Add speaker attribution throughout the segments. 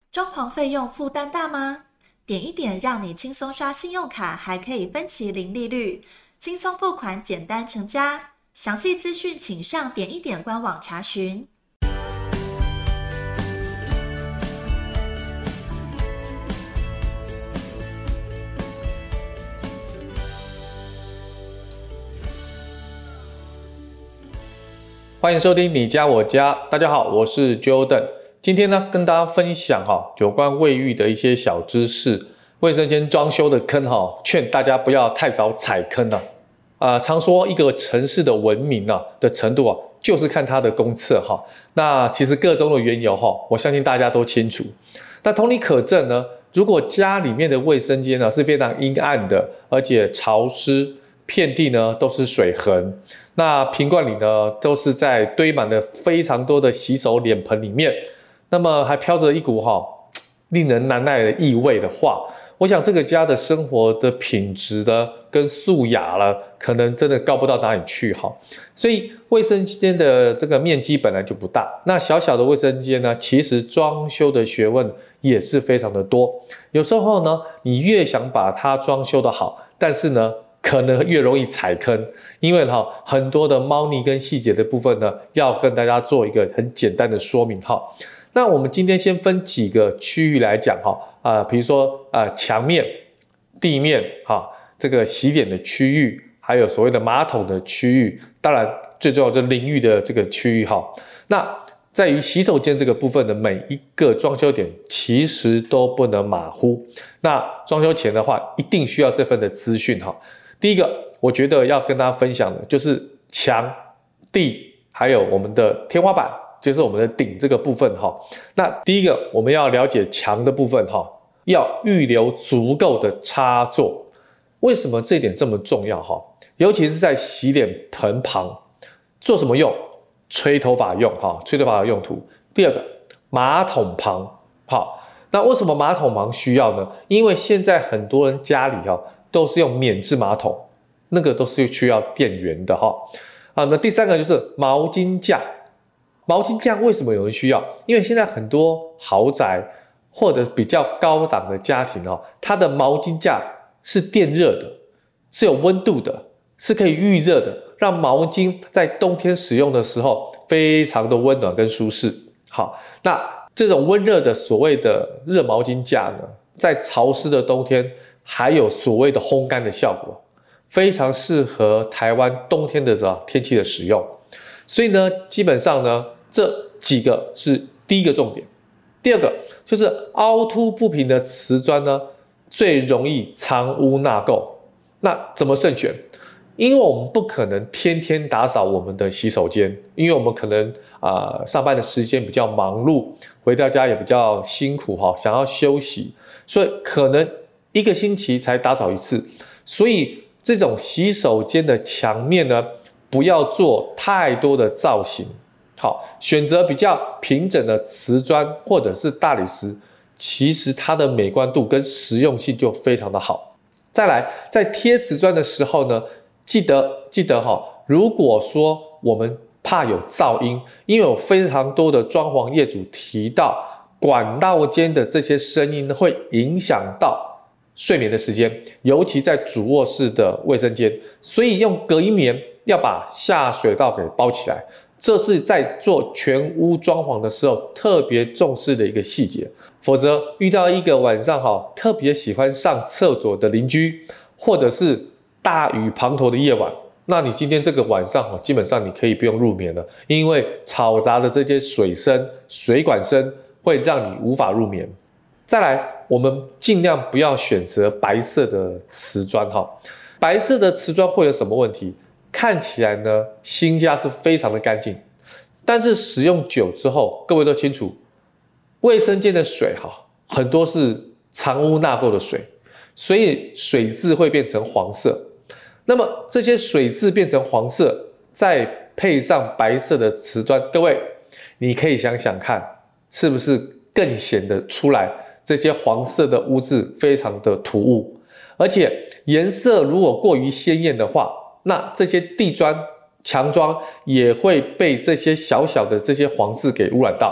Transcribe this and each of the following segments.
Speaker 1: 装潢费用负担大吗？点一点让你轻松刷信用卡，还可以分期零利率，轻松付款，简单成家。详细资讯请上点一点官网查询。
Speaker 2: 欢迎收听你家我家，大家好，我是 Jordan。今天呢，跟大家分享有关卫浴的一些小知识。卫生间装修的坑劝大家不要太早踩坑常说一个城市的文明的程度就是看它的公厕那其实各种的缘由我相信大家都清楚。那同理可证呢，如果家里面的卫生间是非常阴暗的，而且潮湿，遍地呢都是水痕，那瓶罐里呢都是在堆满了非常多的洗手脸盆里面，那么还飘着一股令人难耐的异味的话，我想这个家的生活的品质呢跟素雅了，可能真的高不到哪里去所以卫生间的这个面积本来就不大，那小小的卫生间呢，其实装修的学问也是非常的多。有时候呢，你越想把它装修的好，但是呢可能越容易踩坑，因为很多的猫腻跟细节的部分呢，要跟大家做一个很简单的说明那我们今天先分几个区域来讲比如说墙面、地面这个洗脸的区域，还有所谓的马桶的区域，当然最重要就是淋浴的这个区域那在于洗手间这个部分的每一个装修点其实都不能马虎，那装修前的话一定需要这份的资讯第一个我觉得要跟大家分享的就是墙、地还有我们的天花板，就是我们的顶这个部分那第一个我们要了解墙的部分要预留足够的插座。为什么这一点这么重要尤其是在洗脸盆旁，做什么用？吹头发用吹头发的用途。第二个，马桶旁那为什么马桶旁需要呢？因为现在很多人家里都是用免治马桶，那个都是需要电源的那第三个就是毛巾架。毛巾架为什么有人需要？因为现在很多豪宅或者比较高档的家庭它的毛巾架是电热的，是有温度的，是可以预热的，让毛巾在冬天使用的时候非常的温暖跟舒适。那这种温热的所谓的热毛巾架呢，在潮湿的冬天还有所谓的烘干的效果，非常适合台湾冬天的天气的使用。所以呢，基本上呢，这几个是第一个重点。第二个就是凹凸不平的瓷砖呢，最容易藏污纳垢。那怎么慎选？因为我们不可能天天打扫我们的洗手间，因为我们可能上班的时间比较忙碌，回到家也比较辛苦想要休息，所以可能一个星期才打扫一次。所以这种洗手间的墙面呢，不要做太多的造型，选择比较平整的瓷砖或者是大理石，其实它的美观度跟实用性就非常的好。再来，在贴瓷砖的时候呢，记得如果说我们怕有噪音，因为有非常多的装潢业主提到管道间的这些声音会影响到睡眠的时间，尤其在主卧室的卫生间，所以用隔音棉要把下水道给包起来，这是在做全屋装潢的时候特别重视的一个细节。否则遇到一个晚上特别喜欢上厕所的邻居，或者是大雨滂沱的夜晚，那你今天这个晚上基本上你可以不用入眠了，因为嘈杂的这些水声、水管声会让你无法入眠。再来，我们尽量不要选择白色的瓷砖白色的瓷砖会有什么问题？看起来呢，新家是非常的干净，但是使用久之后，各位都清楚，卫生间的水很多是藏污纳垢的水，所以水渍会变成黄色。那么这些水渍变成黄色，再配上白色的瓷砖，各位你可以想想看，是不是更显得出来这些黄色的污渍非常的突兀？而且颜色如果过于鲜艳的话，那这些地砖、墙桩也会被这些小小的这些黄渍给污染到。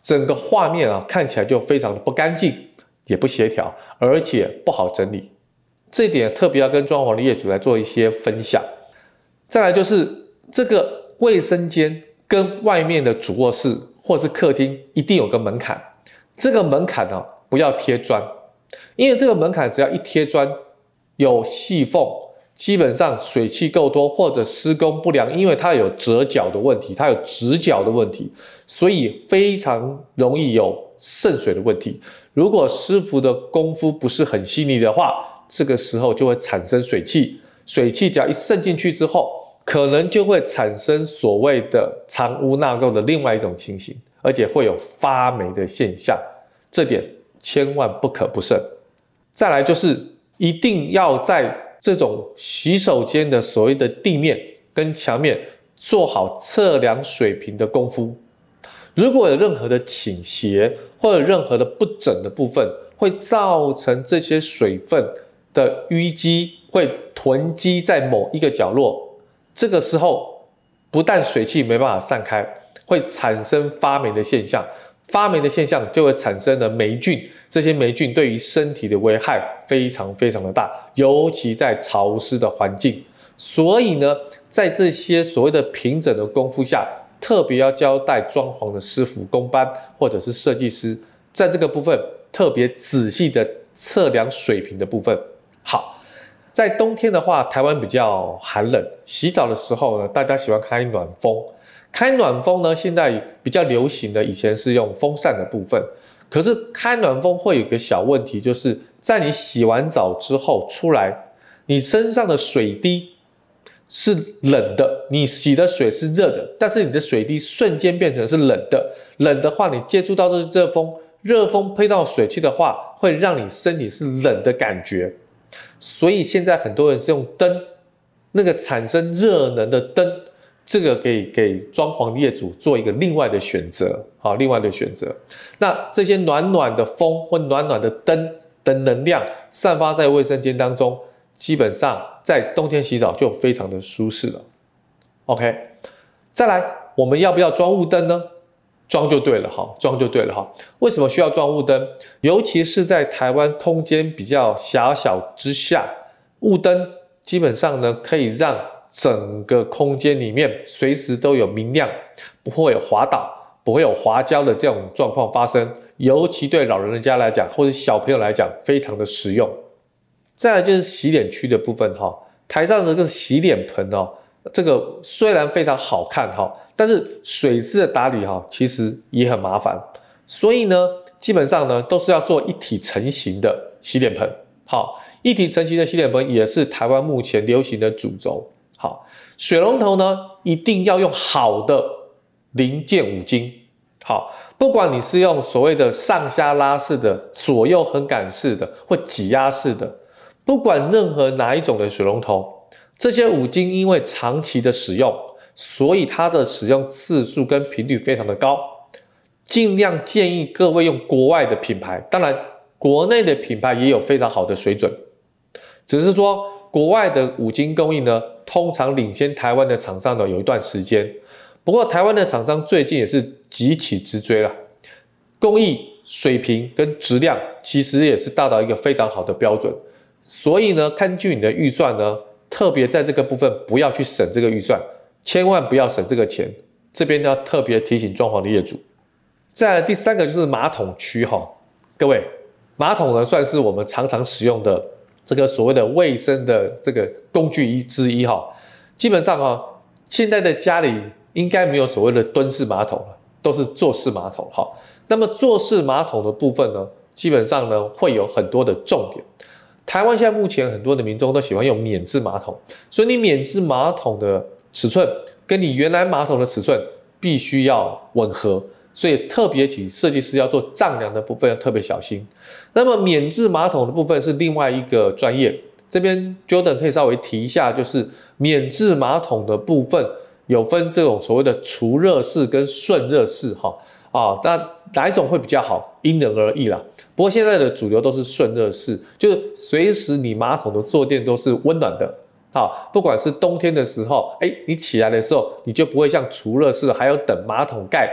Speaker 2: 整个画面看起来就非常的不干净，也不协调，而且不好整理。这一点特别要跟装潢的业主来做一些分享。再来就是这个卫生间跟外面的主卧室或是客厅一定有个门槛，这个门槛不要贴砖，因为这个门槛只要一贴砖有细缝，基本上水汽够多或者施工不良，因为它有折角的问题，它有直角的问题，所以非常容易有渗水的问题。如果师傅的功夫不是很细腻的话，这个时候就会产生水汽，水汽只要一渗进去之后，可能就会产生所谓的藏污纳垢的另外一种情形，而且会有发霉的现象，这点千万不可不慎。再来就是一定要在这种洗手间的所谓的地面跟墙面做好测量水平的功夫。如果有任何的倾斜或者任何的不整的部分，会造成这些水分的淤积会囤积在某一个角落，这个时候不但水汽没办法散开，会产生发霉的现象，发霉的现象就会产生了霉菌，这些霉菌对于身体的危害非常非常的大，尤其在潮湿的环境。所以呢，在这些所谓的平整的功夫下，特别要交代装潢的师傅、工班或者是设计师，在这个部分特别仔细的测量水平的部分。好，在冬天的话，台湾比较寒冷，洗澡的时候呢，大家喜欢开暖风。开暖风呢，现在比较流行的，以前是用风扇的部分。可是开暖风会有一个小问题，就是在你洗完澡之后出来，你身上的水滴是冷的，你洗的水是热的，但是你的水滴瞬间变成是冷的。冷的话，你接触到这热风，热风配到水汽的话，会让你身体是冷的感觉。所以现在很多人是用灯，那个产生热能的灯，这个可以给装潢业主做一个另外的选择，好，另外的选择。那这些暖暖的风或暖暖的灯的能量散发在卫生间当中，基本上在冬天洗澡就非常的舒适了。OK， 再来，我们要不要装雾灯呢？装就对了哈，装就对了哈。为什么需要装雾灯？尤其是在台湾空间比较狭小之下，雾灯基本上呢可以让整个空间里面随时都有明亮，不会有滑倒，不会有滑胶的这种状况发生。尤其对老人家来讲，或者小朋友来讲，非常的实用。再来就是洗脸区的部分哈，台上的这个洗脸盆这个虽然非常好看但是水质的打理其实也很麻烦，所以呢，基本上呢都是要做一体成型的洗脸盆。好，一体成型的洗脸盆也是台湾目前流行的主轴。好，水龙头呢一定要用好的零件五金。好，不管你是用所谓的上下拉式的、左右横杆式的或挤压式的，不管任何哪一种的水龙头，这些五金因为长期的使用，所以它的使用次数跟频率非常的高。尽量建议各位用国外的品牌，当然国内的品牌也有非常好的水准，只是说国外的五金工艺呢，通常领先台湾的厂商呢有一段时间。不过台湾的厂商最近也是急起直追了，工艺水平跟质量其实也是达到一个非常好的标准。所以呢，根据你的预算呢，特别在这个部分不要去省这个预算，千万不要省这个钱。这边要特别提醒装潢的业主。再来第三个就是马桶区各位，马桶呢算是我们常常使用的这个所谓的卫生的这个工具之一基本上现在的家里应该没有所谓的蹲式马桶了，都是坐式马桶那么坐式马桶的部分呢，基本上呢会有很多的重点。台湾现在目前很多的民众都喜欢用免治马桶，所以你免治马桶的尺寸跟你原来马桶的尺寸必须要吻合，所以特别请设计师要做丈量的部分要特别小心。那么免治马桶的部分是另外一个专业，这边 Jordan 可以稍微提一下，就是免治马桶的部分有分这种所谓的除热式跟顺热式那哪一种会比较好，因人而异啦。不过现在的主流都是顺热式，就是随时你马桶的坐垫都是温暖的。不管是冬天的时候，你起来的时候，你就不会像除热式还要等马桶盖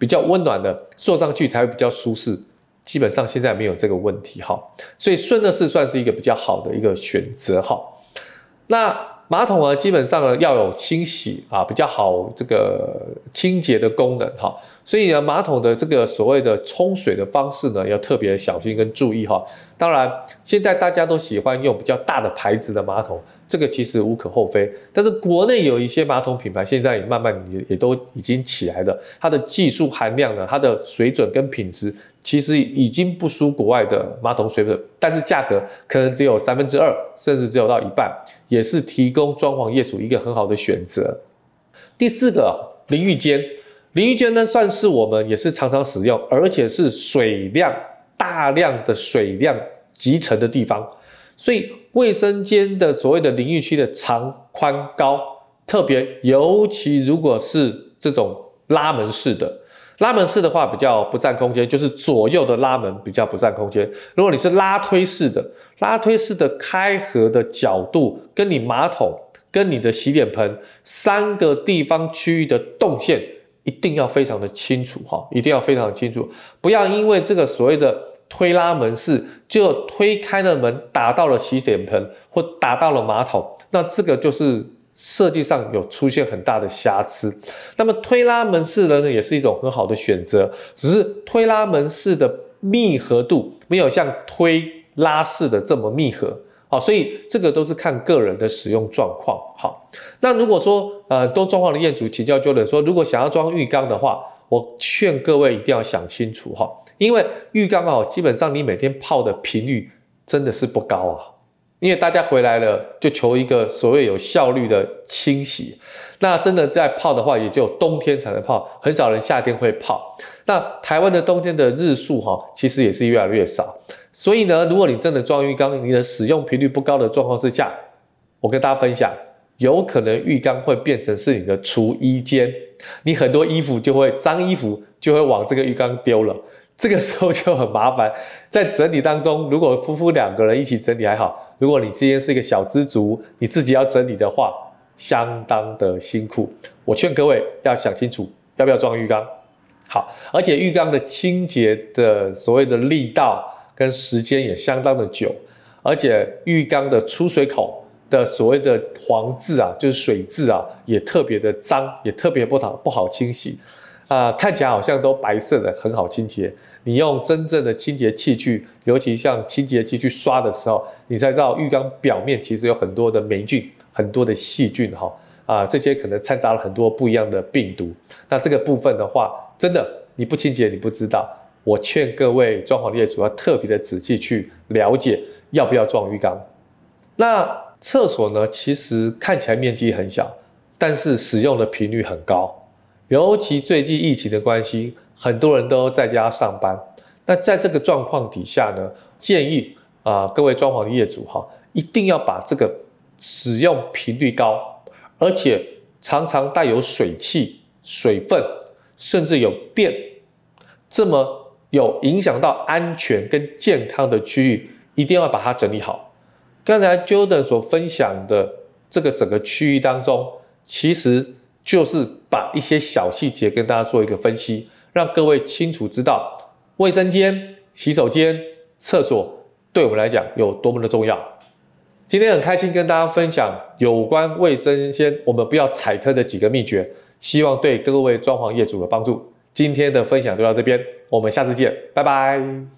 Speaker 2: 比较温暖的，坐上去才会比较舒适。基本上现在没有这个问题哈，所以顺乐式算是一个比较好的一个选择哈。那马桶呢，基本上呢要有清洗啊，比较好这个清洁的功能哈。所以呢，马桶的这个所谓的冲水的方式呢，要特别小心跟注意哈。当然，现在大家都喜欢用比较大的牌子的马桶，这个其实无可厚非。但是国内有一些马桶品牌，现在也慢慢也都已经起来了，它的技术含量呢，它的水准跟品质，其实已经不输国外的马桶水准，但是价格可能只有2%，甚至只有到一半，也是提供装潢业主一个很好的选择。第4个，淋浴间。淋浴间呢，算是我们也是常常使用，而且是水量大量的水量集成的地方，所以卫生间的所谓的淋浴区的长宽高，特别尤其如果是这种拉门式的。拉门式的话比较不占空间，就是左右的拉门比较不占空间。如果你是拉推式的，拉推式的开合的角度跟你马桶跟你的洗脸盆3个地方区域的动线一定要非常的清楚哈，一定要非常的清楚，不要因为这个所谓的推拉门式就推开了门打到了洗脸盆或打到了马桶，那这个就是设计上有出现很大的瑕疵。那么推拉门式的呢，也是一种很好的选择，只是推拉门式的密合度没有像推拉式的这么密合。好，所以这个都是看个人的使用状况。好，那如果说都装潢的业主请教Jordan说，如果想要装浴缸的话，我劝各位一定要想清楚哈，因为浴缸基本上你每天泡的频率真的是不高啊，因为大家回来了就求一个所谓有效率的清洗，那真的在泡的话，也就冬天才能泡，很少人夏天会泡。那台湾的冬天的日数其实也是越来越少。所以呢，如果你真的装浴缸，你的使用频率不高的状况之下，我跟大家分享，有可能浴缸会变成是你的除衣间，你很多衣服脏衣服就会往这个浴缸丢了，这个时候就很麻烦。在整理当中，如果夫妇2个人一起整理还好，如果你今天是一个小资族，你自己要整理的话，相当的辛苦。我劝各位要想清楚，要不要装浴缸。好，而且浴缸的清洁的所谓的力道跟时间也相当的久，而且浴缸的出水口的所谓的黄渍就是水渍也特别的脏，也特别不好清洗看起来好像都白色的，很好清洁。你用真正的清洁器具，尤其像清洁器去刷的时候，你才知道浴缸表面其实有很多的霉菌，很多的细菌这些可能掺杂了很多不一样的病毒。那这个部分的话，真的你不清洁你不知道。我劝各位装潢业主要特别的仔细去了解要不要装浴缸。那厕所呢，其实看起来面积很小，但是使用的频率很高。尤其最近疫情的关系，很多人都在家上班。那在这个状况底下呢，建议各位装潢业主一定要把这个使用频率高，而且常常带有水汽、水分，甚至有电，这么有影响到安全跟健康的区域，一定要把它整理好。刚才 Jordan 所分享的这个整个区域当中，其实就是把一些小细节跟大家做一个分析，让各位清楚知道卫生间、洗手间、厕所对我们来讲有多么的重要。今天很开心跟大家分享有关卫生间我们不要踩坑的几个秘诀，希望对各位装潢业主有帮助。今天的分享就到这边，我们下次见，拜拜。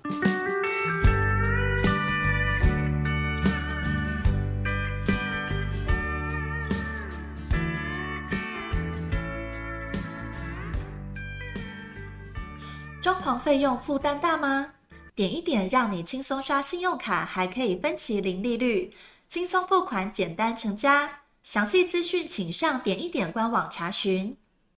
Speaker 1: 装潢费用负担大吗？点一点让你轻松刷信用卡，还可以分期零利率，轻松付款，简单成家。详细资讯请上点一点官网查询。